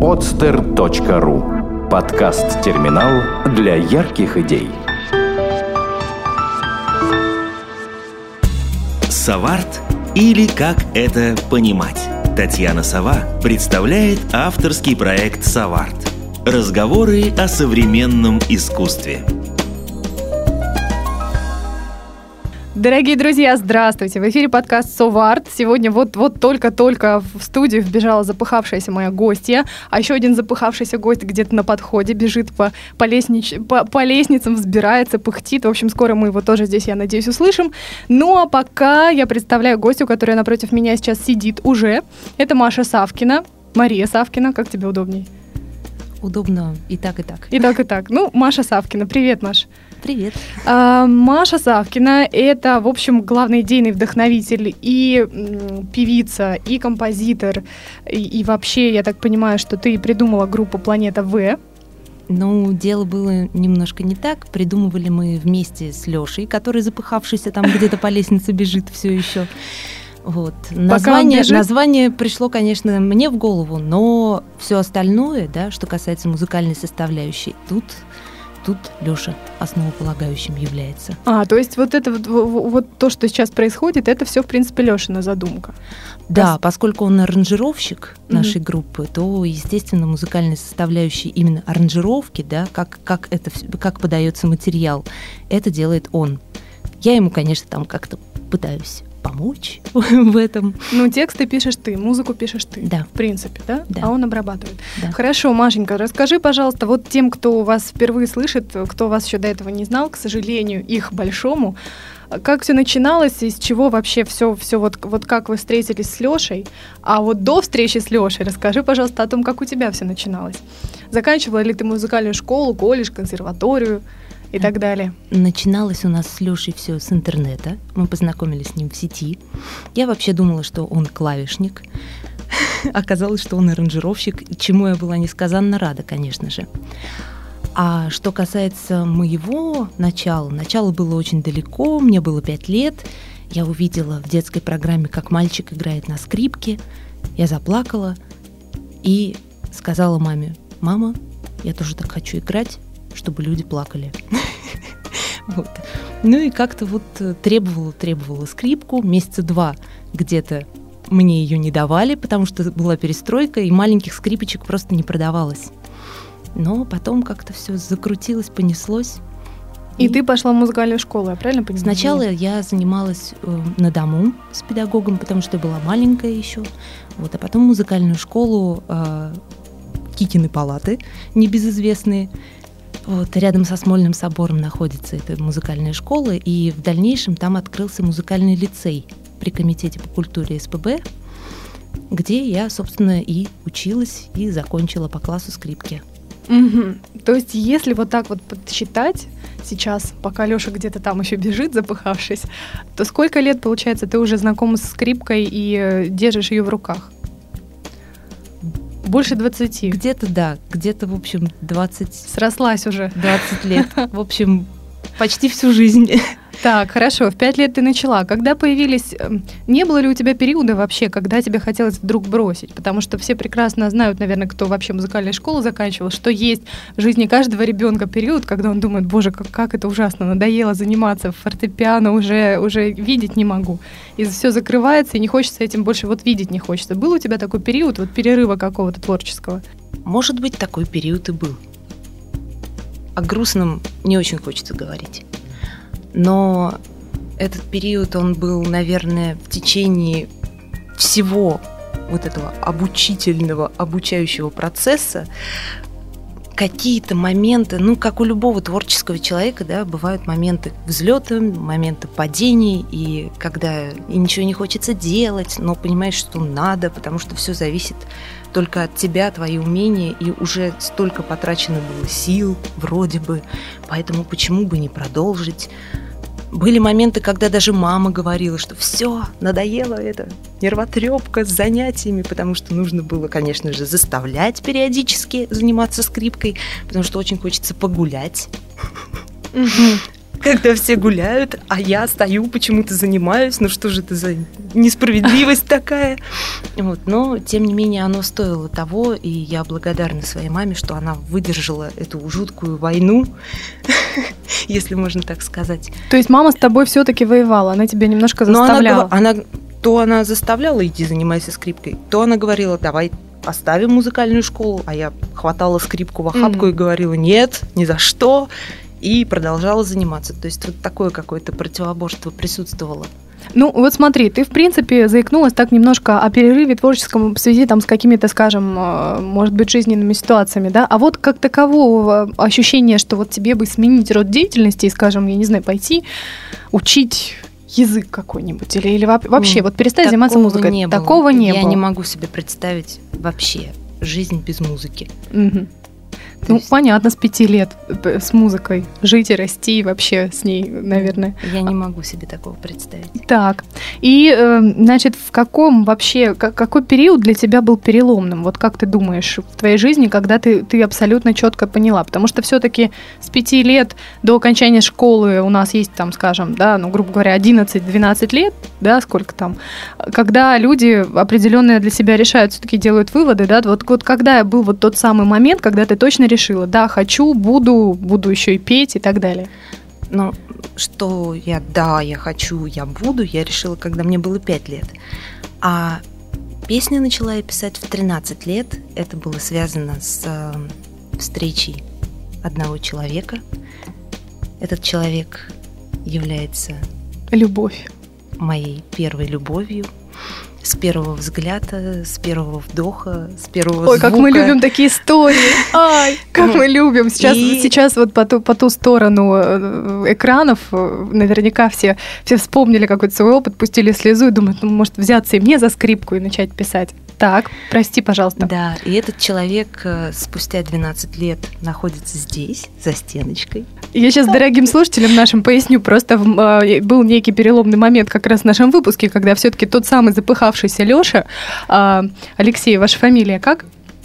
podster.ru. Подкаст-терминал для ярких идей. Саварт или как это понимать? Татьяна Сова представляет авторский проект «Саварт». Разговоры о современном искусстве. Дорогие друзья, здравствуйте! В эфире подкаст «Соварт». Сегодня вот только-только в студию вбежала запыхавшаяся моя гостья, а еще один запыхавшийся гость где-то на подходе, бежит по лестницам, взбирается, пыхтит. В общем, скоро мы его тоже здесь, я надеюсь, услышим. Ну а пока я представляю гостью, которая напротив меня сейчас сидит уже. Это Маша Савкина. Мария Савкина, как тебе удобней? Удобно и так, и так. И так, и так. Ну, Маша Савкина. Привет, Маш. Привет. Маша Савкина — это, в общем, главный идейный вдохновитель и певица, и композитор. И вообще, я так понимаю, что ты придумала группу «Планета В». Ну, дело было немножко не так. Придумывали мы вместе с Лёшей, который, запыхавшийся там где-то по лестнице бежит все еще. Вот. Название пришло, конечно, мне в голову, но все остальное, да, что касается музыкальной составляющей, тут Лёша основополагающим является. То есть вот это вот то, что сейчас происходит, это все, в принципе, Лёшина задумка. Да, поскольку он аранжировщик нашей группы, то, естественно, музыкальной составляющей именно аранжировки, да, как подается материал, это делает он. Я ему, конечно, там как-то пытаюсь помочь в этом. Ну, тексты пишешь ты, музыку пишешь ты, да. В принципе, да? Да. А он обрабатывает. Да. Хорошо, Машенька, расскажи, пожалуйста, вот тем, кто вас впервые слышит, кто вас еще до этого не знал, к сожалению, их большому, как все начиналось, из чего вообще все вот как вы встретились с Лешей, а вот до встречи с Лешей расскажи, пожалуйста, о том, как у тебя все начиналось. Заканчивала ли ты музыкальную школу, колледж, консерваторию и так далее? Начиналось у нас с Лёшей все с интернета. Мы познакомились с ним в сети. Я вообще думала, что он клавишник. Оказалось, что он аранжировщик, чему я была несказанно рада, конечно же. А что касается моего начало было очень далеко, мне было 5 лет. Я увидела в детской программе, как мальчик играет на скрипке. Я заплакала и сказала маме: «Мама, я тоже так хочу играть, чтобы люди плакали». Вот. Ну и как-то вот требовала скрипку. Месяца 2 где-то мне ее не давали, потому что была перестройка, и маленьких скрипочек просто не продавалось. Но потом как-то все закрутилось, понеслось. И ты пошла в музыкальную школу, я правильно понимаю? Сначала я занималась на дому с педагогом, потому что я была маленькая еще. Вот, а потом музыкальную школу Кикины палаты, небезызвестные. Вот, рядом со Смольным собором находится эта музыкальная школа, и в дальнейшем там открылся музыкальный лицей при комитете по культуре СПб, где я, собственно, и училась, и закончила по классу скрипки. Угу. То есть, если вот так вот подсчитать сейчас, пока Лёша где-то там еще бежит, запыхавшись, то сколько лет, получается, ты уже знакома с скрипкой и держишь ее в руках? Больше 20. Где-то, в общем, 20. Срослась уже. 20 лет. В общем, почти всю жизнь. Так, хорошо, в 5 лет ты начала. Когда появились... Не было ли у тебя периода вообще, когда тебе хотелось вдруг бросить? Потому что все прекрасно знают, наверное, кто вообще музыкальную школу заканчивал, что есть в жизни каждого ребенка период, когда он думает: боже, как это ужасно, надоело заниматься, фортепиано уже видеть не могу. И все закрывается, и не хочется этим больше видеть не хочется. Был у тебя такой период перерыва какого-то творческого? Может быть, такой период и был. О грустном не очень хочется говорить. Но этот период, он был, наверное, в течение всего вот этого обучающего процесса. Какие-то моменты, как у любого творческого человека, да, бывают моменты взлета, моменты падений, и когда и ничего не хочется делать, но понимаешь, что надо, потому что все зависит только от тебя, твои умения, и уже столько потрачено было сил, вроде бы, поэтому почему бы не продолжить? Были моменты, когда даже мама говорила, что все, надоело это, нервотрепка с занятиями, потому что нужно было, конечно же, заставлять периодически заниматься скрипкой, потому что очень хочется погулять. когда все гуляют, а я стою, почему-то занимаюсь. Ну что же это за несправедливость такая? Вот. Но, тем не менее, оно стоило того, и я благодарна своей маме, что она выдержала эту жуткую войну, если можно так сказать. То есть мама с тобой все-таки воевала, она тебя немножко заставляла? То она заставляла идти, занимайся скрипкой, то она говорила, давай оставим музыкальную школу, а я хватала скрипку в охапку и говорила, нет, ни за что, и продолжала заниматься. То есть вот такое какое-то противоборство присутствовало. Ну, вот смотри, ты, в принципе, заикнулась так немножко о перерыве творческом в связи там, с какими-то, скажем, может быть, жизненными ситуациями, да? А вот как такового ощущения, что вот тебе бы сменить род деятельности и, скажем, я не знаю, пойти учить язык какой-нибудь или вообще вот перестать заниматься музыкой? Такого не было. Я не могу себе представить вообще жизнь без музыки. Угу. Ну, понятно, с 5 лет с музыкой жить и расти, и вообще с ней, наверное. Я не могу себе такого представить. Так, и, значит, в каком вообще, какой период для тебя был переломным? Вот как ты думаешь в твоей жизни, когда ты абсолютно четко поняла? Потому что все-таки с 5 лет до окончания школы у нас есть там, скажем, да, ну, грубо говоря, 11-12 лет, да, сколько там, когда люди определенные для себя решают, все-таки делают выводы, да, вот когда был вот тот самый момент, когда ты точно решила, да, хочу, буду еще и петь и так далее. Ну, что я хочу, я буду, я решила, когда мне было 5 лет. А песни начала я писать в 13 лет. Это было связано с встречей одного человека. Этот человек является любовь. Моей первой любовью. С первого взгляда, с первого вдоха, с первого звука. Ой, как мы любим такие истории. Ай, как мы любим. Сейчас вот по ту сторону экранов наверняка все вспомнили какой-то свой опыт, пустили слезу и думают, ну, может, взяться и мне за скрипку и начать писать. Так, прости, пожалуйста. Да, и этот человек спустя 12 лет находится здесь, за стеночкой. Я сейчас дорогим слушателям нашим поясню, просто был некий переломный момент как раз в нашем выпуске, когда все-таки тот самый запыхавшийся Лёша, Алексей, ваша фамилия как?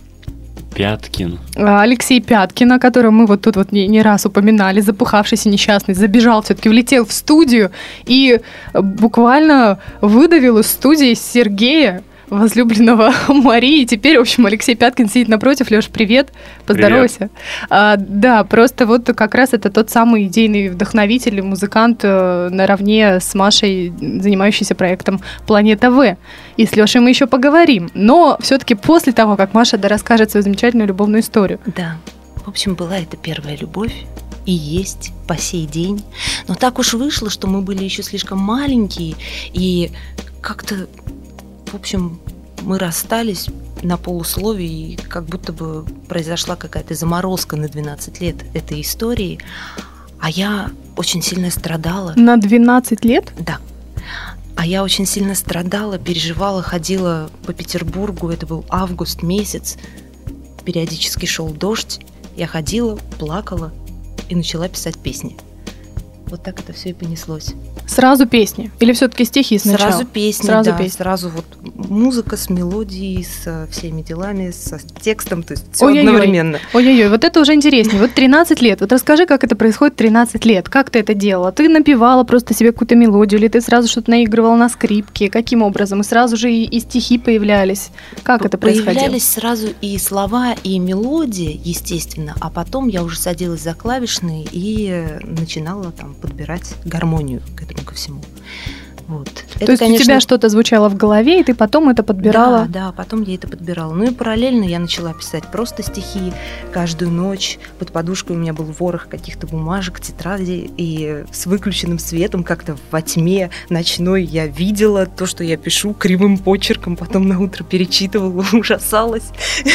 Пяткин. Алексей Пяткин, о котором мы вот тут вот не раз упоминали, запыхавшийся несчастный, забежал, все-таки влетел в студию и буквально выдавил из студии Сергея, возлюбленного Марии. И теперь, в общем, Алексей Пяткин сидит напротив. Лёш, привет, поздоровайся. Да, просто вот как раз это тот самый идейный вдохновитель, музыкант наравне с Машей, занимающийся проектом «Планета В». И с Лёшей мы еще поговорим. Но все-таки после того, как Маша расскажет свою замечательную любовную историю. Да, в общем, была это первая любовь. И есть по сей день. Но так уж вышло, что мы были еще слишком маленькие. И как-то... В общем, мы расстались на полусловии, и как будто бы произошла какая-то заморозка на 12 лет этой истории. А я очень сильно страдала. На 12 лет? Да. А я очень сильно страдала, переживала, ходила по Петербургу. Это был август месяц. Периодически шел дождь. Я ходила, плакала и начала писать песни. Вот так это все и понеслось. Сразу песни? Или все-таки стихи сначала? Сразу песни, сразу вот музыка с мелодией, со всеми делами, со текстом, то есть все одновременно. Ой-ой-ой, вот это уже интереснее. Вот 13 лет. Вот расскажи, как это происходит 13 лет. Как ты это делала? Ты напевала просто себе какую-то мелодию, или ты сразу что-то наигрывала на скрипке? Каким образом? И сразу же и стихи появлялись. Как это происходило? Появлялись сразу и слова, и мелодия, естественно, а потом я уже садилась за клавишные и начинала там подбирать гармонию к этому ко всему. Вот. То есть, конечно, у тебя что-то звучало в голове, и ты потом это подбирала? Да, потом я это подбирала. Ну и параллельно я начала писать просто стихи каждую ночь. Под подушкой у меня был ворох каких-то бумажек, тетрадей, и с выключенным светом как-то во тьме ночной я видела то, что я пишу кривым почерком, потом на утро перечитывала, ужасалась.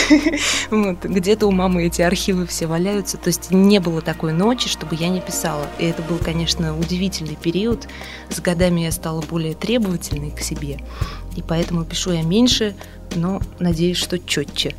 Где-то у мамы эти архивы все валяются. То есть не было такой ночи, чтобы я не писала. И это был, конечно, удивительный период. С годами я стала более требовательной к себе, и поэтому пишу я меньше, но надеюсь, что четче.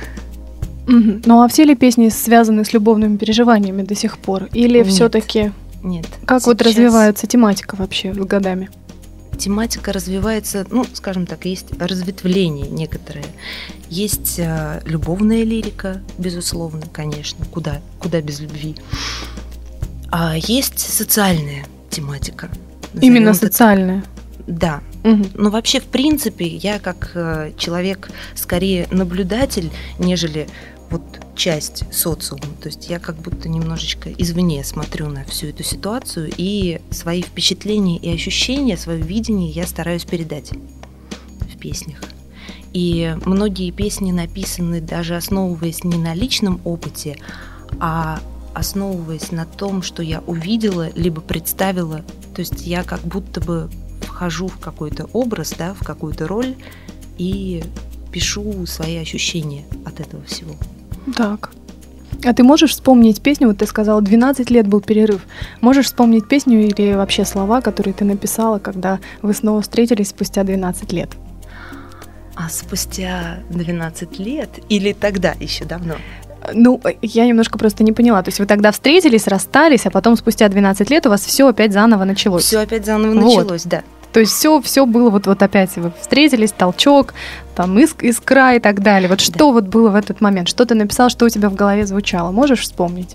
Ну а все ли песни связаны с любовными переживаниями до сих пор? Или все-таки... Нет. Как вот развивается тематика вообще с годами? Тематика развивается, ну, скажем так, есть разветвление некоторые. Есть любовная лирика, безусловно, конечно, куда без любви. А есть социальная тематика. Именно назовем это социальная. Да. Мгм. Но вообще, в принципе, я как человек скорее наблюдатель, нежели вот часть социума. То есть я как будто немножечко извне смотрю на всю эту ситуацию, и свои впечатления и ощущения, свое видение я стараюсь передать в песнях. И многие песни написаны даже основываясь не на личном опыте, а основываясь на том, что я увидела, либо представила. То есть я как будто бы вхожу в какой-то образ, да, в какую-то роль и пишу свои ощущения от этого всего. Так. А ты можешь вспомнить песню, вот ты сказала, 12 лет был перерыв. Можешь вспомнить песню или вообще слова, которые ты написала, когда вы снова встретились спустя 12 лет? А спустя 12 лет или тогда еще давно? Ну, я немножко просто не поняла. То есть вы тогда встретились, расстались, а потом спустя 12 лет у вас все опять заново началось. Все опять заново Вот. началось, да. То есть все было вот опять, вы встретились, толчок, там искра и так далее. Вот что вот было в этот момент? Что ты написал, что у тебя в голове звучало? Можешь вспомнить?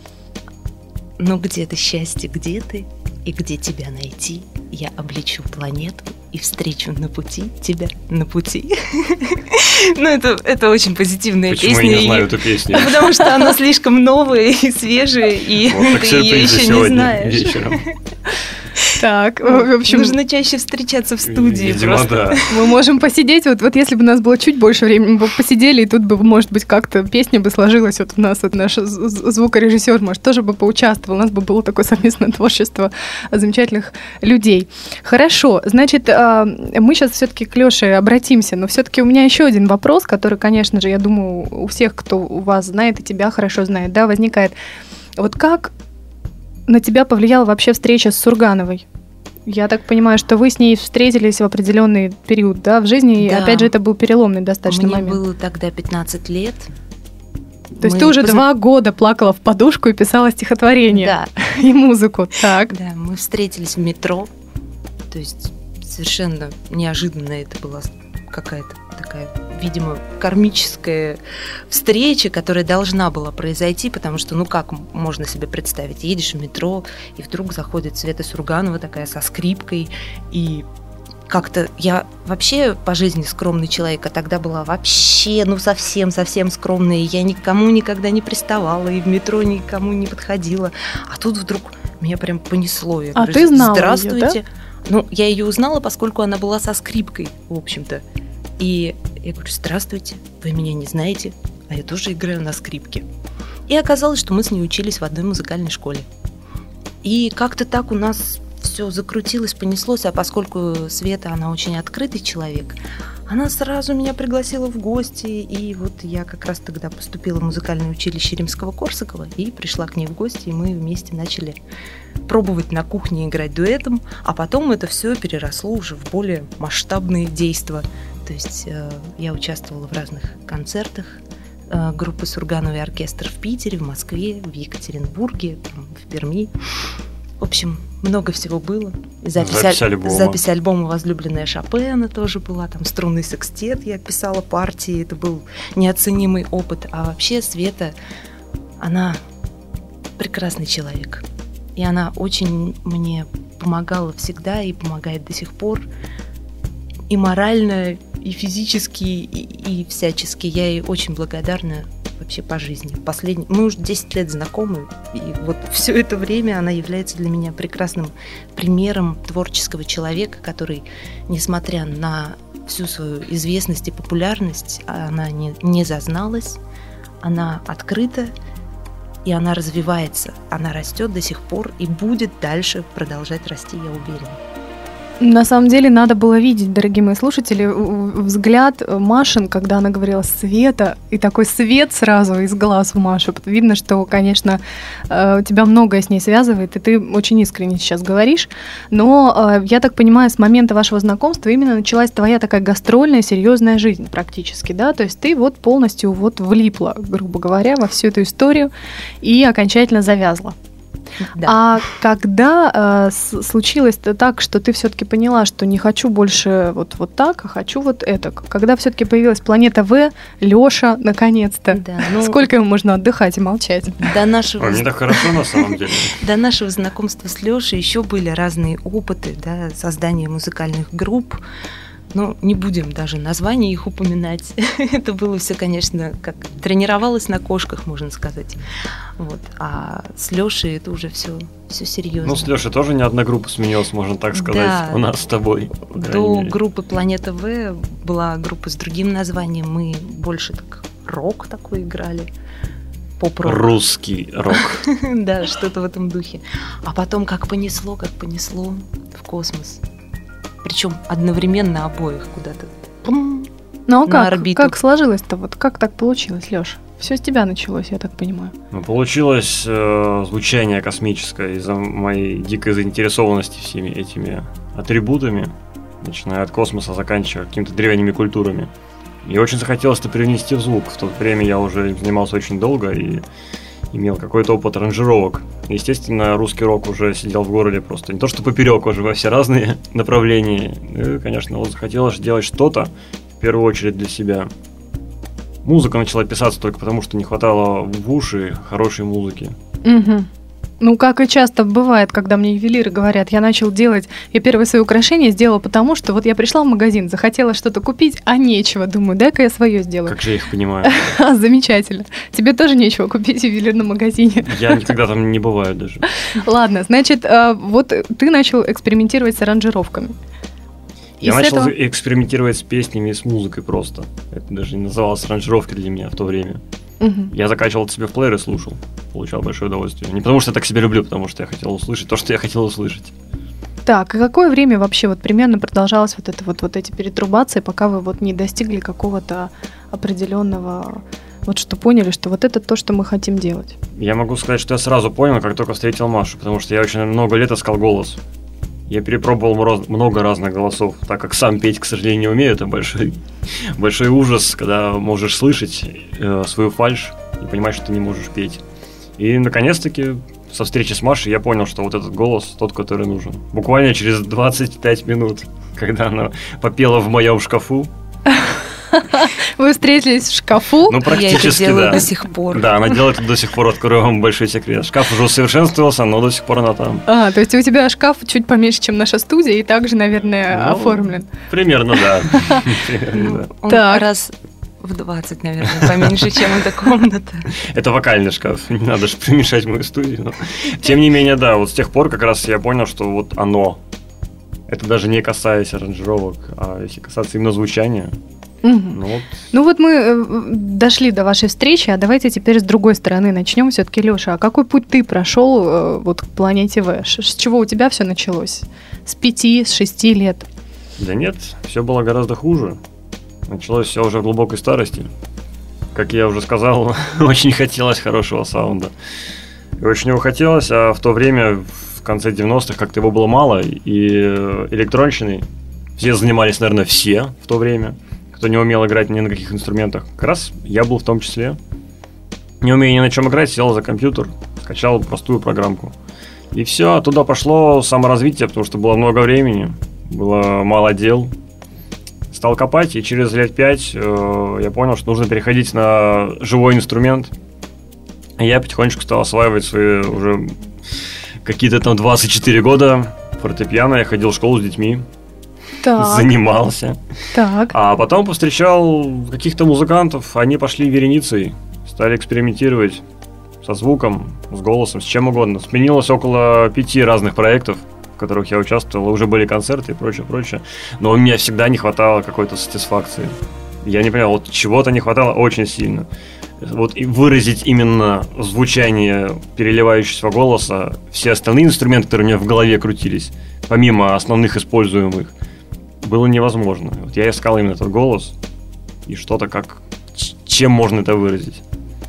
Ну где ты, счастье, где ты? И где тебя найти? Я облечу планету и встречу на пути тебя на пути. Ну, это очень позитивная песня. Почему я не знаю эту песню? Потому что она слишком новая и свежая, и Вот так ты ее сюрпризы еще не сегодня знаешь. вечером. Так, в общем, Нужно чаще встречаться в студии Видимо, просто. да. мы можем посидеть, вот если бы у нас было чуть больше времени, мы бы посидели, и тут бы, может быть, как-то песня бы сложилась, вот у нас вот наш звукорежиссер, может, тоже бы поучаствовал, у нас бы было такое совместное творчество замечательных людей. Хорошо, значит, мы сейчас все-таки к Лёше обратимся, но все-таки у меня еще один вопрос, который, конечно же, я думаю, у всех, кто у вас знает и тебя хорошо знает, да, возникает. Вот как на тебя повлияла вообще встреча с Сургановой? Я так понимаю, что вы с ней встретились в определенный период, да, в жизни, и Да. опять же это был переломный достаточно Мне момент. было тогда 15 лет. То есть ты уже 2 года плакала в подушку и писала стихотворение Да. и музыку. Так. Да, мы встретились в метро. То есть совершенно неожиданно это была какая-то такая, видимо, кармическая встреча, которая должна была произойти, потому что, ну как можно себе представить, едешь в метро, и вдруг заходит Света Сурганова такая со скрипкой, и как-то я вообще по жизни скромный человек, а тогда была вообще, ну совсем скромная, и я никому никогда не приставала, и в метро никому не подходила, а тут вдруг меня прям понесло. Я говорю, ты знала здравствуйте. её, да? Ну, я ее узнала, поскольку она была со скрипкой, в общем-то. И я говорю, здравствуйте, вы меня не знаете, а я тоже играю на скрипке. И оказалось, что мы с ней учились в одной музыкальной школе. И как-то так у нас все закрутилось, понеслось, а поскольку Света, она очень открытый человек, она сразу меня пригласила в гости, и вот я как раз тогда поступила в музыкальное училище Римского-Корсакова и пришла к ней в гости, и мы вместе начали пробовать на кухне играть дуэтом, а потом это все переросло уже в более масштабные действия. То есть я участвовала в разных концертах группы Сургановой оркестр в Питере, в Москве, в Екатеринбурге, в Перми. В общем, много всего было. И запись альбома «Возлюбленная Шопена» тоже была. Там струнный секстет, я писала партии. Это был неоценимый опыт. А вообще Света, она прекрасный человек. И она очень мне помогала всегда и помогает до сих пор. И морально, и физически, и всячески. Я ей очень благодарна вообще по жизни. Мы уже 10 лет знакомы, и вот все это время она является для меня прекрасным примером творческого человека, который, несмотря на всю свою известность и популярность, она не зазналась, она открыта, и она развивается, она растет до сих пор и будет дальше продолжать расти, я уверена. На самом деле надо было видеть, дорогие мои слушатели, взгляд Машин, когда она говорила «Света», и такой свет сразу из глаз у Маши. Видно, что, конечно, тебя многое с ней связывает, и ты очень искренне сейчас говоришь. Но, я так понимаю, с момента вашего знакомства именно началась твоя такая гастрольная, серьезная жизнь практически, да? То есть ты вот полностью вот влипла, грубо говоря, во всю эту историю и окончательно завязла. Да. А когда случилось-то так, что ты все-таки поняла, что не хочу больше вот так, а хочу вот это? Когда все-таки появилась «Планета В», Лёша, наконец-то. Да, Сколько ему можно отдыхать и молчать? До нашего... Не так хорошо на самом деле. До нашего знакомства с Лёшей еще были разные опыты, да, создания музыкальных групп. Ну, не будем даже названия их упоминать. Это было все, конечно, как тренировалась на кошках, можно сказать. Вот. А с Лёшей это уже все серьезно. Ну, с Лёшей тоже не одна группа сменилась, можно так сказать, Да. у нас с тобой. До группы «Планета В» была группа с другим названием. Мы больше так рок такой играли. Поп-рок. Русский рок. Да, что-то в этом духе. А потом как понесло в космос. Причем одновременно обоих куда-то. Ну а На орбиту. как сложилось-то? Вот как так получилось, Лёш? Все с тебя началось, я так понимаю. Ну, получилось звучание космическое из-за моей дикой заинтересованности всеми этими атрибутами, начиная от космоса, заканчивая какими-то древними культурами. И очень захотелось это перенести в звук. В то время я уже занимался очень долго и имел какой-то опыт аранжировок. Естественно, русский рок уже сидел в горле просто не то что поперек, уже во все разные направления. И, конечно, вот захотелось делать что-то, в первую очередь для себя. Музыка начала писаться только потому, что не хватало в уши хорошей музыки. Угу. Ну, как и часто бывает, когда мне ювелиры говорят, я первое свои украшения сделала потому, что вот я пришла в магазин, захотела что-то купить, а нечего. Думаю, дай-ка я свое сделаю. Как же я их понимаю. Замечательно. Тебе тоже нечего купить в ювелирном магазине. Я никогда там не бываю даже. Ладно, значит, вот ты начал экспериментировать с аранжировками. Я начал экспериментировать с песнями и с музыкой просто. Это даже не называлось аранжировкой для меня в то время. Угу. Я закачивал это себе в плеер и слушал. Получал большое удовольствие. Не потому что я так себя люблю, потому что я хотел услышать то, что я хотел услышать. Так, и какое время вообще вот примерно продолжалось вот эти перетрубации, пока вы вот не достигли какого-то определенного, вот что поняли, что вот это то, что мы хотим делать? Я могу сказать, что я сразу понял, как только встретил Машу, потому что я очень много лет искал голос. Я перепробовал много разных голосов, так как сам петь, к сожалению, не умею. Это большой ужас, когда можешь слышать свою фальшь и понимать, что ты не можешь петь. И, наконец-таки, со встречи с Машей я понял, что вот этот голос тот, который нужен. Буквально через 25 минут, когда она попела в моем шкафу. Вы встретились в шкафу? Ну, практически, я это делаю да. до сих пор. Да, она делает это до сих пор, открою вам большой секрет. Шкаф уже усовершенствовался, но до сих пор она там. То есть у тебя шкаф чуть поменьше, чем наша студия, и также, наверное, оформлен. Примерно, да. Он раз в 20, наверное, поменьше, чем эта комната. Это вокальный шкаф, не надо же примешать мою студию. Но... Тем не менее, да, вот с тех пор как раз я понял, что вот оно. Это даже не касаясь аранжировок, а если касаться именно звучания. Угу. Ну вот мы дошли до вашей встречи, а давайте теперь с другой стороны начнем. Все-таки, Леша, а какой путь ты прошел вот к «Планете В»? С чего у тебя все началось? С 5, с 6 лет? Да нет, все было гораздо хуже. Началось все уже в глубокой старости. Как я уже сказал, очень хотелось хорошего саунда. И очень его хотелось, а в то время, в конце 90-х, как-то его было мало. И электронщиной все занимались, наверное, все в то время. Кто не умел играть ни на каких инструментах. Как раз я был в том числе. Не умея ни на чем играть, сел за компьютер, скачал простую программку. И все, оттуда пошло саморазвитие, потому что было много времени, было мало дел. Стал копать, и через лет 5 я понял, что нужно переходить на живой инструмент. И я потихонечку стал осваивать свои уже какие-то там 24 года фортепиано. Я ходил в школу с детьми. Так. Занимался. Так. А потом повстречал каких-то музыкантов, они пошли вереницей, стали экспериментировать со звуком, с голосом, с чем угодно. Сменилось около 5 разных проектов, в которых я участвовал, уже были концерты и прочее. Но у меня всегда не хватало какой-то сатисфакции. Я не понял, вот чего-то не хватало очень сильно. Вот и выразить именно звучание переливающегося голоса, все остальные инструменты, которые у меня в голове крутились, помимо основных используемых, было невозможно. Вот я искал именно этот голос и что-то как... Чем можно это выразить?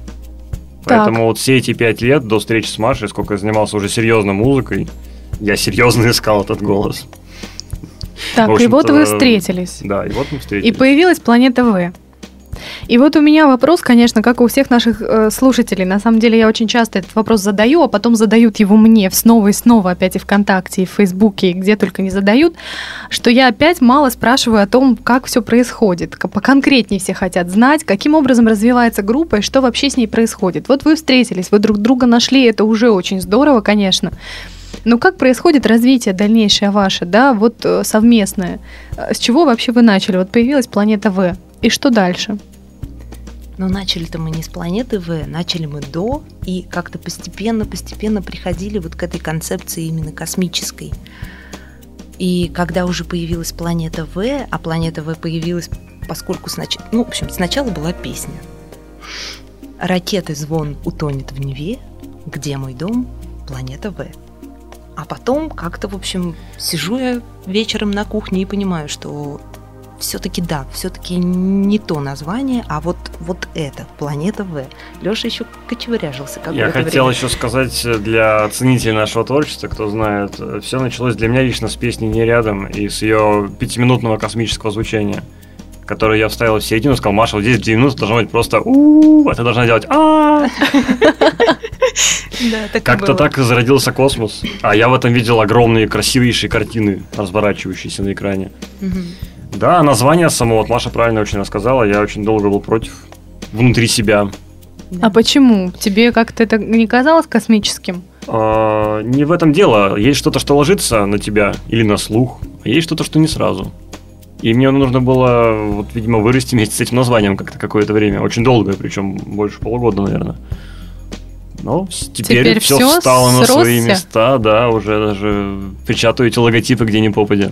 Так. Поэтому вот все эти 5 лет до встречи с Машей, сколько я занимался уже серьезно музыкой, я серьезно искал этот голос. Так, и вот вы встретились. Да, и вот мы встретились. И появилась «Планета В». И вот у меня вопрос, конечно, как у всех наших слушателей. На самом деле я очень часто этот вопрос задаю, а потом задают его мне снова и снова, опять и ВКонтакте, и в Фейсбуке, и где только не задают, что я опять мало спрашиваю о том, как все происходит. Поконкретнее все хотят знать, каким образом развивается группа и что вообще с ней происходит. Вот вы встретились, вы друг друга нашли, это уже очень здорово, конечно. Но как происходит развитие дальнейшее ваше, да, вот совместное? С чего вообще вы начали? Вот появилась планета В. И что дальше? Но начали-то мы не с планеты В, начали мы до, и как-то постепенно приходили вот к этой концепции именно космической. И когда уже появилась планета В, а планета В появилась, поскольку сначала была песня. Ракеты звон утонет в Неве, где мой дом, планета В. А потом как-то, в общем, сижу я вечером на кухне и понимаю, что все-таки не то название, а вот это, планета В. Леша еще кочевряжился какое-то Я хотел время. еще сказать для ценителей нашего творчества, кто знает, все началось для меня лично с песни «Не рядом» и с ее 5-минутного космического звучания, которое я вставил в середину, сказал: Маша, вот здесь 2 минуты должно быть просто а ты должна делать Как-то так и зародился космос. А я в этом видел огромные, красивейшие картины, разворачивающиеся на экране. Да, название само, вот Маша правильно очень рассказала, я очень долго был против, внутри себя. А почему? Тебе как-то это не казалось космическим? Не в этом дело. Есть что-то, что ложится на тебя или на слух, а есть что-то, что не сразу. И мне нужно было, вот, видимо, вырасти вместе с этим названием как-то какое-то время. Очень долгое, причем больше полугода, наверное. Но теперь все встало на свои места, да, уже даже печатаю эти логотипы где ни попадя.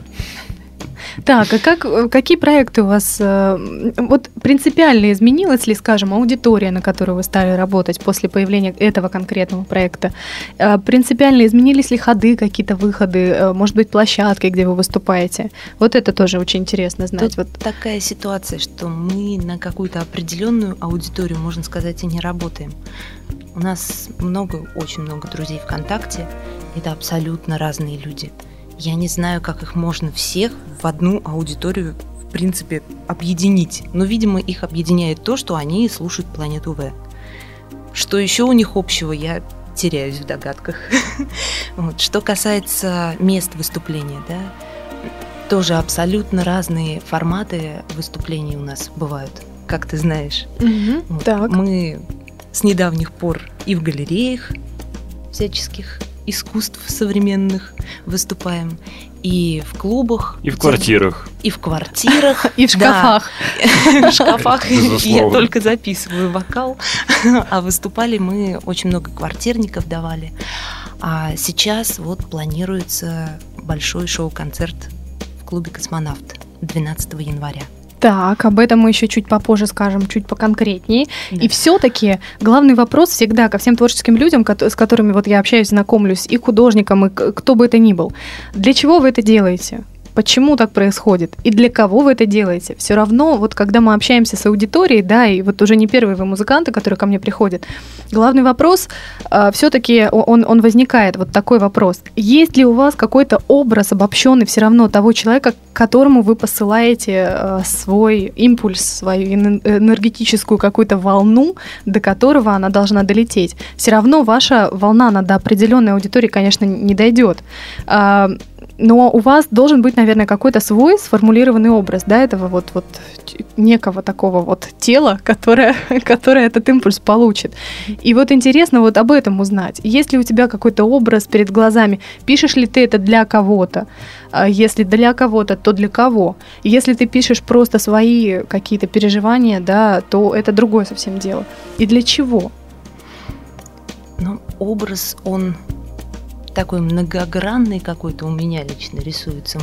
Так, а какие проекты у вас, вот принципиально изменилась ли, скажем, аудитория, на которую вы стали работать после появления этого конкретного проекта? Принципиально изменились ли ходы, какие-то выходы, может быть, площадки, где вы выступаете? Вот это тоже очень интересно знать. Тут такая ситуация, что мы на какую-то определенную аудиторию, можно сказать, и не работаем. У нас очень много друзей ВКонтакте, это абсолютно разные люди. Я не знаю, как их можно всех в одну аудиторию, в принципе, объединить. Но, видимо, их объединяет то, что они слушают планету В. Что еще у них общего, я теряюсь в догадках. Вот. Что касается мест выступления, да, тоже абсолютно разные форматы выступлений у нас бывают, как ты знаешь. Вот. Так. Мы с недавних пор и в галереях всяческих искусств современных выступаем, и в клубах, и в квартирах. И в квартирах. И в шкафах. В шкафах я только записываю вокал. А выступали мы, очень много квартирников давали. А сейчас вот планируется большой шоу-концерт в клубе «Космонавт» 12 января. Так, об этом мы еще чуть попозже скажем, чуть поконкретнее. Да. И все-таки главный вопрос всегда ко всем творческим людям, с которыми вот я общаюсь, знакомлюсь, и художникам, и кто бы это ни был. Для чего вы это делаете? Почему так происходит? И для кого вы это делаете? Все равно, вот когда мы общаемся с аудиторией, да, и вот уже не первые вы музыканты, которые ко мне приходят, главный вопрос все-таки он возникает, вот такой вопрос. Есть ли у вас какой-то образ обобщенный все равно того человека, к которому вы посылаете свой импульс, свою энергетическую какую-то волну, до которого она должна долететь? Все равно ваша волна, она до определенной аудитории, конечно, не дойдет. Но у вас должен быть, наверное, какой-то свой сформулированный образ, да, этого вот некого такого вот тела, которое этот импульс получит. И вот интересно вот об этом узнать. Есть ли у тебя какой-то образ перед глазами? Пишешь ли ты это для кого-то? Если для кого-то, то для кого? Если ты пишешь просто свои какие-то переживания, да, то это другое совсем дело. И для чего? Ну, образ, он такой многогранный какой-то у меня лично рисуется,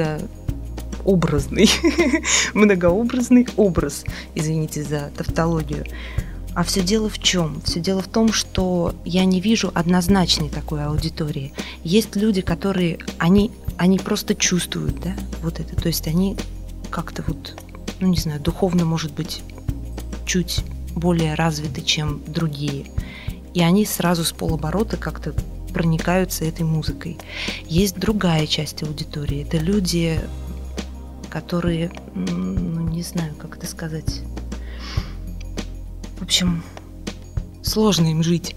многообразный образ, извините за тавтологию. А все дело в чем? Все дело в том, что я не вижу однозначной такой аудитории. Есть люди, которые, они просто чувствуют, да, вот это, то есть они как-то вот, ну не знаю, духовно, может быть, чуть более развиты, чем другие. И они сразу с полоборота как-то проникаются этой музыкой. Есть другая часть аудитории. Это люди, которые, ну, не знаю, как это сказать, общем, сложно им жить.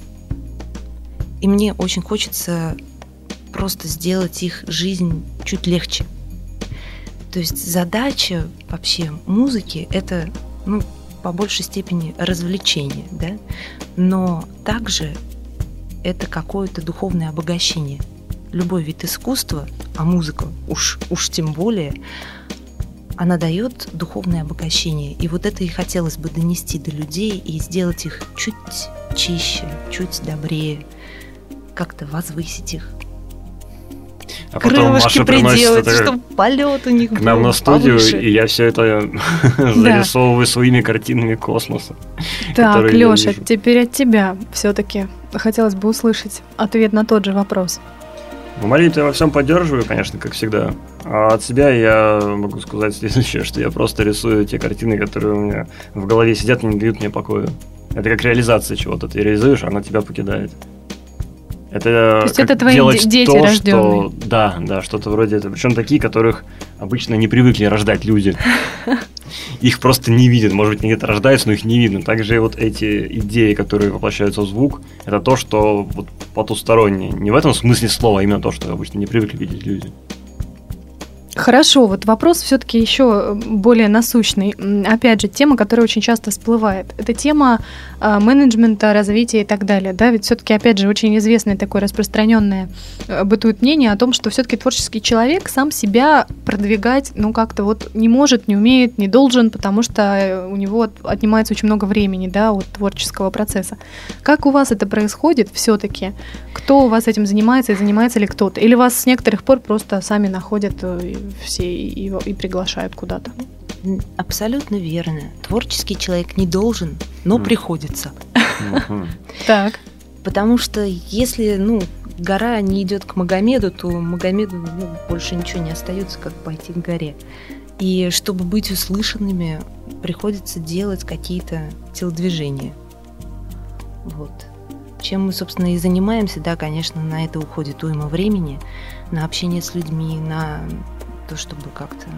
И мне очень хочется просто сделать их жизнь чуть легче. То есть задача вообще музыки – это, по большей степени развлечение, да? Но также это какое-то духовное обогащение. Любой вид искусства, а музыка уж тем более, она дает духовное обогащение. И вот это и хотелось бы донести до людей и сделать их чуть чище, чуть добрее, как-то возвысить их. А потом Маша приносит чтобы полет у них был к нам на студию, повыше. И я все это зарисовываю своими картинами космоса. Так, Лёша, теперь от тебя все-таки хотелось бы услышать ответ на тот же вопрос. Марию-то я во всем поддерживаю, конечно, как всегда. А от себя я могу сказать следующее, что я просто рисую те картины, которые у меня в голове сидят и не дают мне покоя. Это как реализация чего-то. Ты реализуешь, а она тебя покидает. Это то есть это твои дети рожденные? Да, что-то вроде этого. Причем такие, которых обычно не привыкли рождать люди. Их просто не видят. Может быть, они где-то рождаются, но их не видно. Также вот эти идеи, которые воплощаются в звук, это то, что вот потустороннее. Не в этом смысле слова, а именно то, что обычно не привыкли видеть люди. Хорошо, вот вопрос все-таки еще более насущный. Опять же, тема, которая очень часто всплывает. Это тема менеджмента, развития и так далее. Да? Ведь все-таки, опять же, очень известное такое распространенное бытует мнение о том, что все-таки творческий человек сам себя продвигать, как-то вот не может, не умеет, не должен, потому что у него отнимается очень много времени, да, от творческого процесса. Как у вас это происходит все-таки? Кто у вас этим занимается и занимается ли кто-то? Или вас с некоторых пор просто сами находят все и приглашают куда-то? Абсолютно верно. Творческий человек не должен, но приходится. Так. Потому что если, гора не идет к Магомеду, то Магомеду больше ничего не остается, как пойти к горе. И чтобы быть услышанными, приходится делать какие-то телодвижения. Вот. Чем мы, собственно, и занимаемся, да, конечно, на это уходит уйма времени, на общение с людьми, на то, чтобы как-то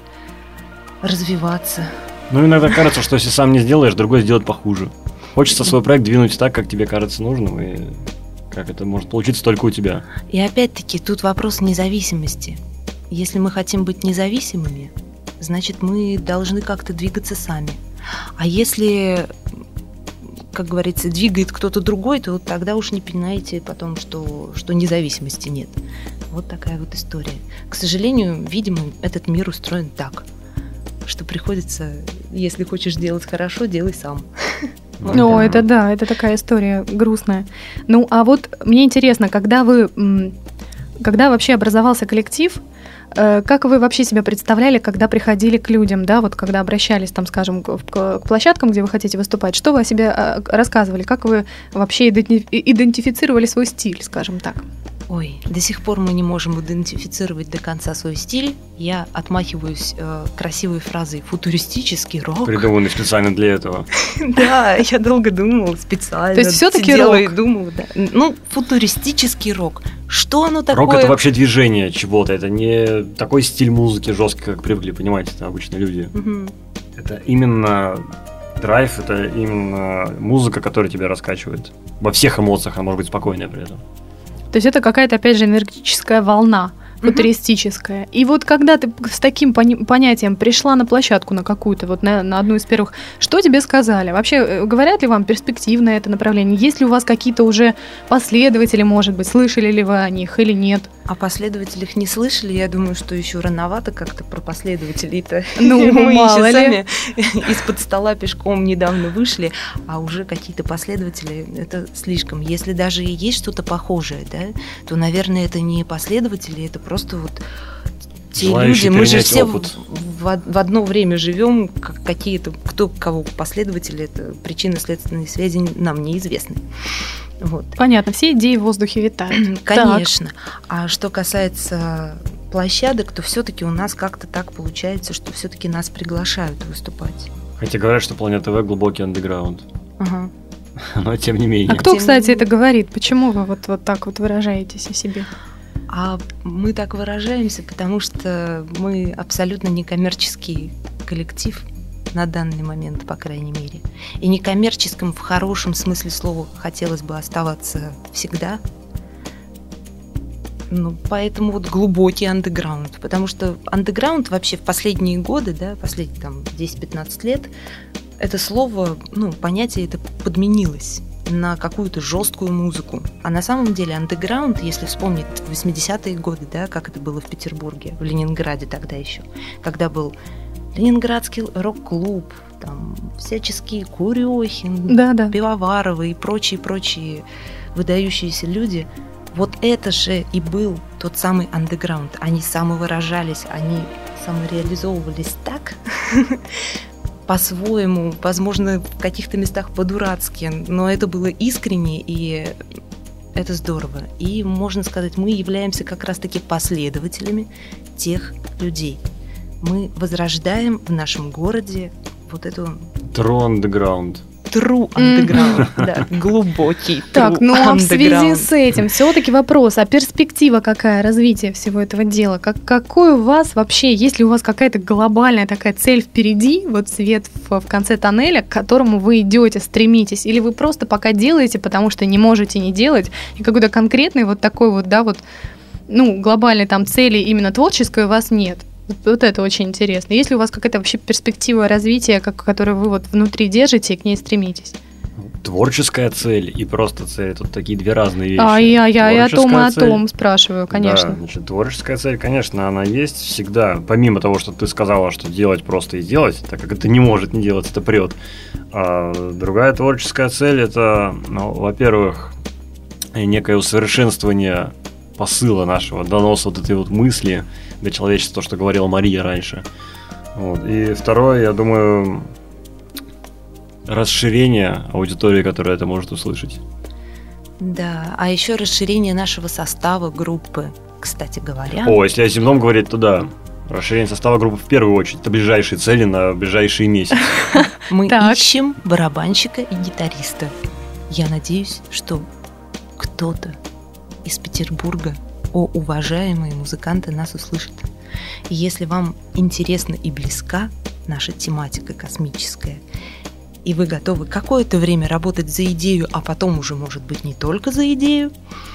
развиваться. Иногда кажется, что если сам не сделаешь, другой сделает похуже. Хочется свой проект двинуть так, как тебе кажется нужным, и как это может получиться только у тебя. И опять-таки тут вопрос независимости. Если мы хотим быть независимыми, значит, мы должны как-то двигаться сами. А если, как говорится, двигает кто-то другой, то тогда уж не понимаете потом, что независимости нет. Вот такая вот история. К сожалению, видимо, этот мир устроен так, что приходится, если хочешь делать хорошо, делай сам. Это такая история грустная. А вот мне интересно, когда вообще образовался коллектив, как вы вообще себя представляли, когда приходили к людям, да, вот когда обращались, там, скажем, к площадкам, где вы хотите выступать, что вы о себе рассказывали, как вы вообще идентифицировали свой стиль, скажем так? Ой, до сих пор мы не можем идентифицировать до конца свой стиль. Я отмахиваюсь красивой фразой «футуристический рок». Придуманный специально для этого. Да, я долго думала специально. То есть все-таки рок? И думала, да. Футуристический рок. Что оно такое? Рок – это вообще движение чего-то. Это не такой стиль музыки жесткий, как привыкли, понимаете, это обычные люди. Это именно драйв, это именно музыка, которая тебя раскачивает. Во всех эмоциях, она может быть спокойная при этом. То есть это какая-то, опять же, энергетическая волна, футуристическая. И вот когда ты с таким понятием пришла на площадку на какую-то, вот на одну из первых, что тебе сказали? Вообще, говорят ли вам перспективное это направление? Есть ли у вас какие-то уже последователи, может быть, слышали ли вы о них или нет? О последователях не слышали, я думаю, что еще рановато как-то про последователей-то. Мы еще сами из-под стола пешком недавно вышли, а уже какие-то последователи, это слишком. Если даже и есть что-то похожее, да, то, наверное, это не последователи, это просто вот те люди, мы же все в одно время живем, какие-то, кто кого последователи, это причинно-следственные связи нам неизвестны. Вот. Понятно, все идеи в воздухе витают. Конечно. Так. А что касается площадок, то все-таки у нас как-то так получается, что все-таки нас приглашают выступать. Хотя говорят, что Планета В глубокий андеграунд. Ага. Но тем не менее. А кто, кстати, это говорит? Почему вы вот так вот выражаетесь о себе? А мы так выражаемся, потому что мы абсолютно некоммерческий коллектив. на данный момент, по крайней мере. И некоммерческим в хорошем смысле слова хотелось бы оставаться всегда. Поэтому вот глубокий андеграунд. Потому что андеграунд вообще в последние годы, да, последние там 10-15 лет, это слово, понятие это подменилось на какую-то жесткую музыку. А на самом деле андеграунд, если вспомнить 80-е годы, да, как это было в Петербурге, в Ленинграде тогда еще, когда был Ленинградский рок-клуб, там всяческие Курехин, Пивоваровы и прочие выдающиеся люди, вот это же и был тот самый андеграунд. Они самовыражались, они самореализовывались так, по-своему, возможно, в каких-то местах по-дурацки, но это было искренне, и это здорово. И, можно сказать, мы являемся как раз-таки последователями тех людей. Мы возрождаем в нашем городе вот эту... True Underground. True Underground, да, глубокий Так, True в связи Underground. с этим все-таки вопрос, а перспектива какая развития всего этого дела? Какой у вас вообще, есть ли у вас какая-то глобальная такая цель впереди, вот свет в конце тоннеля, к которому вы идете, стремитесь? Или вы просто пока делаете, потому что не можете не делать, и какой-то конкретный вот такой вот, да, вот, глобальной там цели именно творческой у вас нет? Вот это очень интересно. Есть ли у вас какая-то вообще перспектива развития, которую вы вот внутри держите и к ней стремитесь? Творческая цель и просто цель — тут такие две разные вещи. Я и о том спрашиваю, конечно. Да, значит, творческая цель, конечно, она есть всегда. Помимо того, что ты сказала, что делать просто и делать, так как это не может не делать, это прет. А другая творческая цель — это, во-первых, некое усовершенствование посыла нашего, доноса вот этой вот мысли для человечества, то, что говорила Мария раньше. Вот. И второе, я думаю, расширение аудитории, которая это может услышать. Да, а еще расширение нашего состава группы, кстати говоря. Если о земном говорить, то да. Расширение состава группы в первую очередь. Это ближайшие цели на ближайшие месяцы. Мы ищем барабанщика и гитариста. Я надеюсь, что кто-то из Петербурга, уважаемые музыканты, нас услышат. И если вам интересна и близка наша тематика космическая, и вы готовы какое-то время работать за идею, а потом уже, может быть, не только за идею,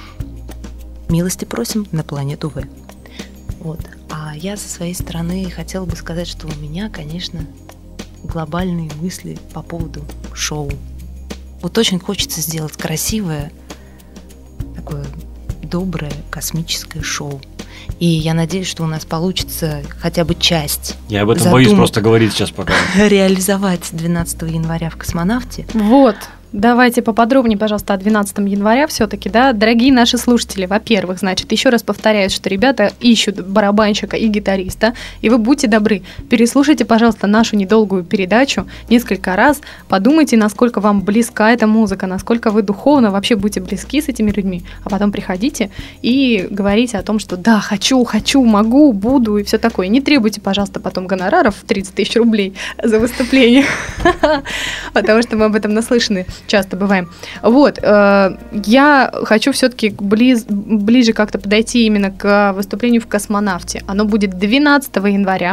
милости просим на планету В. Вот. А я со своей стороны хотела бы сказать, что у меня, конечно, глобальные мысли по поводу шоу. Вот очень хочется сделать красивое, такое доброе космическое шоу. И я надеюсь, что у нас получится хотя бы часть. Я об этом боюсь просто говорить сейчас пока. Реализовать 12 января в «Космонавте». Вот. Давайте поподробнее, пожалуйста, о 12 января все-таки, да, дорогие наши слушатели. Во-первых, значит, еще раз повторяю, что ребята ищут барабанщика и гитариста, и вы будьте добры, переслушайте, пожалуйста, нашу недолгую передачу несколько раз, подумайте, насколько вам близка эта музыка, насколько вы духовно вообще будете близки с этими людьми, а потом приходите и говорите о том, что да, хочу, могу, буду и все такое. Не требуйте, пожалуйста, потом гонораров в 30 тысяч рублей за выступление, потому что мы об этом наслышаны. Часто бываем. Вот, я хочу все-таки ближе как-то подойти именно к выступлению в «Космонавте». Оно будет 12 января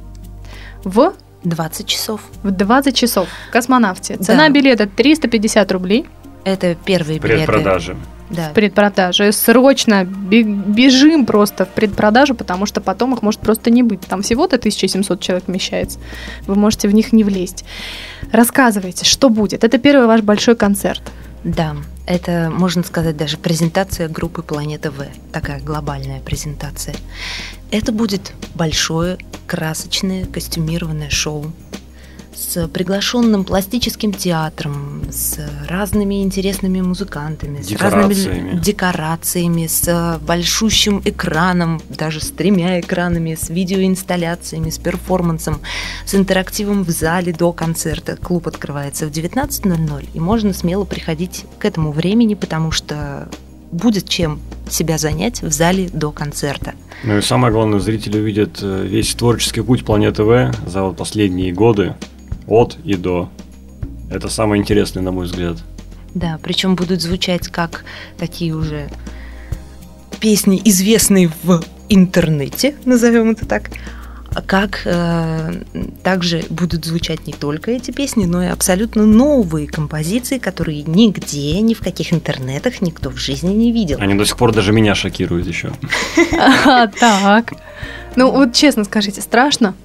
в 20 часов. В 20 часов в «Космонавте». Цена билета 350 рублей. Это первые билеты. Предпродажи. Да. В предпродаже. Срочно бежим просто в предпродажу, потому что потом их может просто не быть. Там всего-то 1700 человек вмещается. Вы можете в них не влезть. Рассказывайте, что будет. Это первый ваш большой концерт. Да, это, можно сказать, даже презентация группы «Планета В». Такая глобальная презентация. Это будет большое, красочное, костюмированное шоу с приглашенным пластическим театром, с разными интересными музыкантами, с разными декорациями, с большущим экраном, даже с 3 экранами, с видеоинсталляциями, с перформансом, с интерактивом в зале до концерта. Клуб открывается в 19:00, и можно смело приходить к этому времени, потому что будет чем себя занять в зале до концерта. Ну и самое главное, зрители увидят весь творческий путь «Планеты В» за вот последние годы. От и до. Это самое интересное, на мой взгляд. Да, причем будут звучать как такие уже песни, известные в интернете, назовем это так. как также будут звучать не только эти песни, но и абсолютно новые композиции, которые нигде, ни в каких интернетах никто в жизни не видел. Они до сих пор даже меня шокируют еще. Так. Ну вот честно скажите, страшно?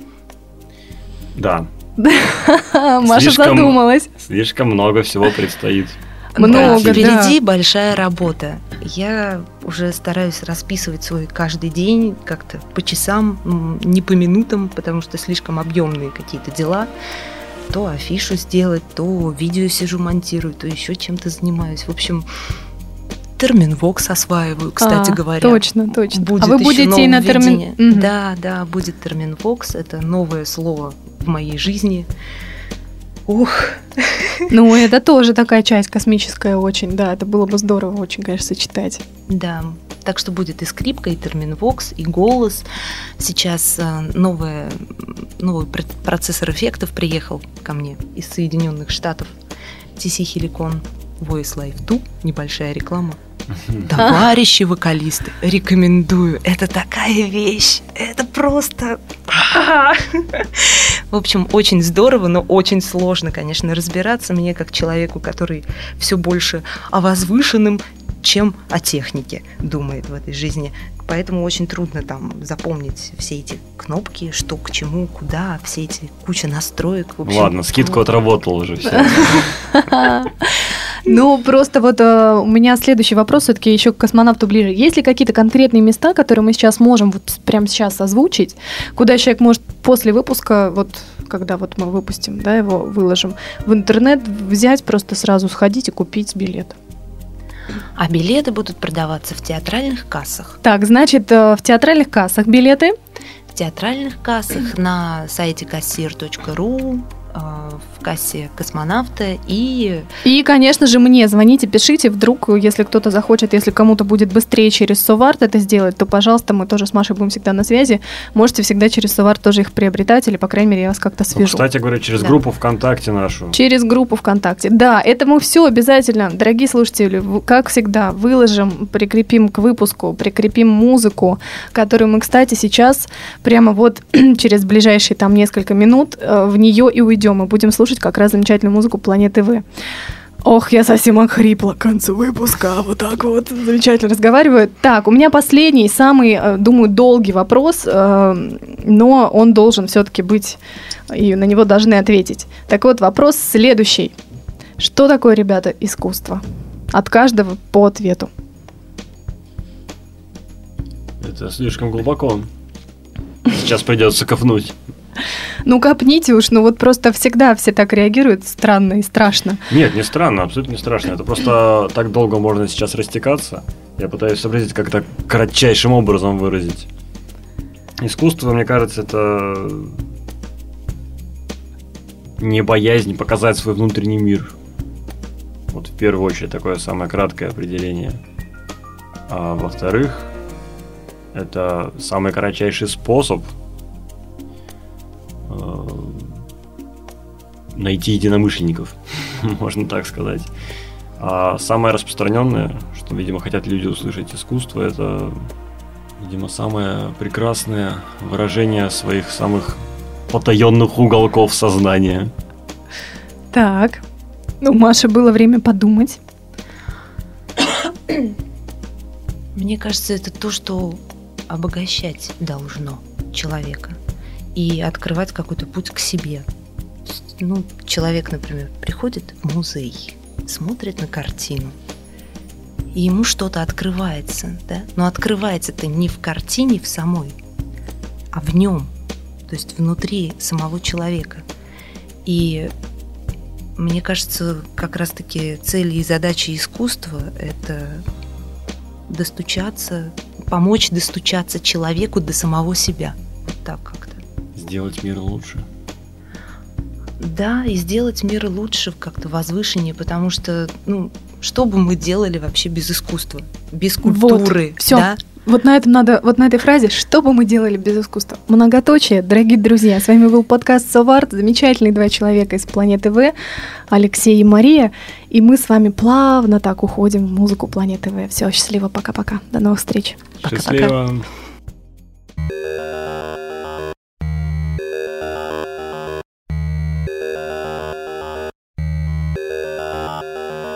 Да. Маша задумалась. Слишком много всего предстоит. Много, впереди большая работа. Я уже стараюсь расписывать свой каждый день как-то по часам, не по минутам, потому что слишком объемные какие-то дела. То афишу сделать, то видео сижу монтирую, то еще чем-то занимаюсь. В общем, Терминвокс осваиваю, кстати говоря. Точно. Будет вы будете и на Термин... Да, будет Терминвокс. Это новое слово в моей жизни. Ух. Ну, это тоже такая часть космическая очень, да, это было бы здорово очень, конечно, сочетать. Да, так что будет и скрипка, и терминвокс, и голос. Сейчас новый процессор эффектов приехал ко мне из Соединенных Штатов. TC Helicon Voice Live 2, небольшая реклама. Товарищи вокалисты, рекомендую. Это такая вещь. Это просто... В общем, очень здорово, но очень сложно, конечно, разбираться мне как человеку, который все больше о возвышенном, чем о технике думает в этой жизни. Поэтому очень трудно там запомнить все эти кнопки, что к чему, куда, все эти куча настроек. В общем, ладно, скидку отработал уже все. Ну, просто вот у меня следующий вопрос все-таки еще к космонавту ближе. Есть ли какие-то конкретные места, которые мы сейчас можем вот прямо сейчас озвучить, куда человек может после выпуска, вот когда вот мы выпустим, да, его выложим, в интернет взять, просто сразу сходить и купить билет? А билеты будут продаваться в театральных кассах. Так, значит, в театральных кассах билеты? В театральных кассах на сайте kassir.ru, в кассе космонавта и, конечно же, мне звоните, пишите, вдруг, если кто-то захочет, если кому-то будет быстрее через Соварт это сделать, то, пожалуйста, мы тоже с Машей будем всегда на связи. Можете всегда через Соварт тоже их приобретать, или, по крайней мере, я вас как-то свяжу. Ну, кстати говоря, через группу ВКонтакте нашу. Через группу ВКонтакте. Да, это мы все обязательно, дорогие слушатели, как всегда, выложим, прикрепим к выпуску, прикрепим музыку, которую мы, кстати, сейчас прямо вот через ближайшие там несколько минут в нее и уйдем. Мы будем слушать как раз замечательную музыку Планеты В. Ох, я совсем охрипла к концу выпуска. Вот так вот замечательно разговариваю. Так, у меня последний, самый, думаю, долгий вопрос, но он должен все-таки быть, и на него должны ответить. Так вот, вопрос следующий. Что такое, ребята, искусство? От каждого по ответу. Это слишком глубоко. Сейчас придется копнуть. Ну, копните уж, ну вот просто всегда все так реагируют странно и страшно. Нет, не странно, абсолютно не страшно. Это просто так долго можно сейчас растекаться. Я пытаюсь сообразить, как это кратчайшим образом выразить. Искусство, мне кажется, это не боязнь показать свой внутренний мир. Вот в первую очередь такое самое краткое определение. А во-вторых, это самый кратчайший способ найти единомышленников, можно так сказать. А самое распространенное, что, видимо, хотят люди услышать искусство, это, видимо, самое прекрасное выражение своих самых потаенных уголков сознания. Так, у Маши было время подумать. Мне кажется, это то, что обогащать должно человека и открывать какой-то путь к себе. Ну, человек, например, приходит в музей, смотрит на картину, и ему что-то открывается, да? Но открывается-то не в картине в самой, а в нем, то есть внутри самого человека. И мне кажется, как раз-таки цели и задачи искусства – это достучаться, помочь достучаться человеку до самого себя. Вот так как-то. Сделать мир лучше. Да, и сделать мир лучше, как-то возвышеннее, потому что, ну, что бы мы делали вообще без искусства, без культуры, вот, всё. Да? Вот на этом надо, вот на этой фразе, что бы мы делали без искусства? Многоточие, дорогие друзья. С вами был подкаст Соварт, замечательные два человека из Планеты В, Алексей и Мария, и мы с вами плавно так уходим в музыку Планеты В. Все, счастливо, пока-пока, до новых встреч. Счастливо. Пока-пока.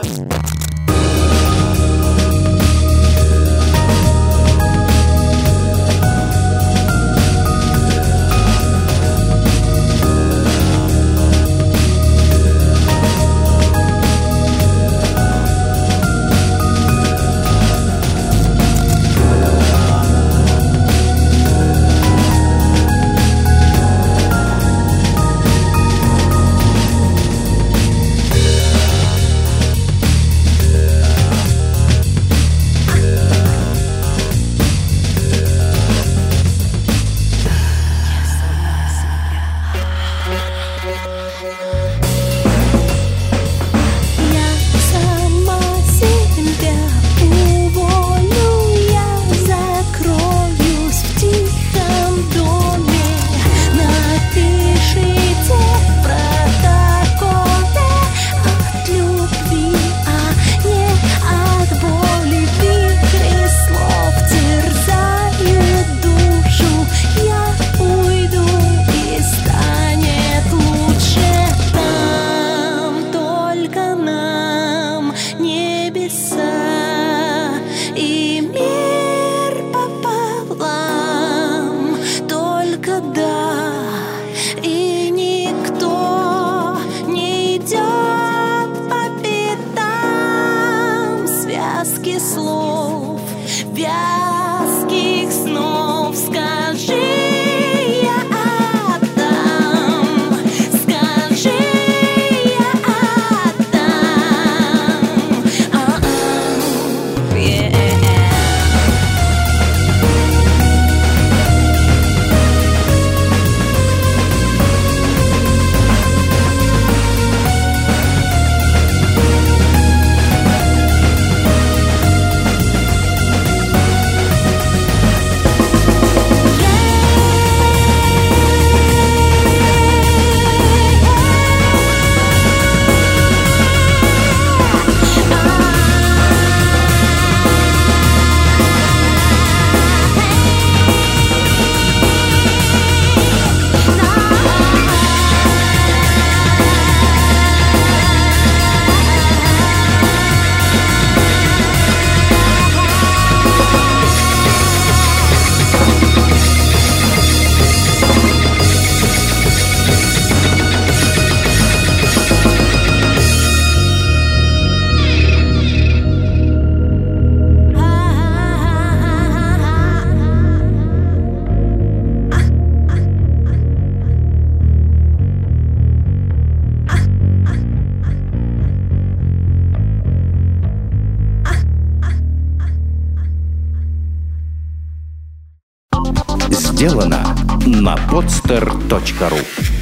Сделано на podster.ru.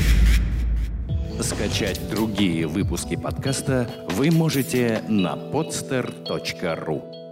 Скачать другие выпуски подкаста вы можете на podster.ru.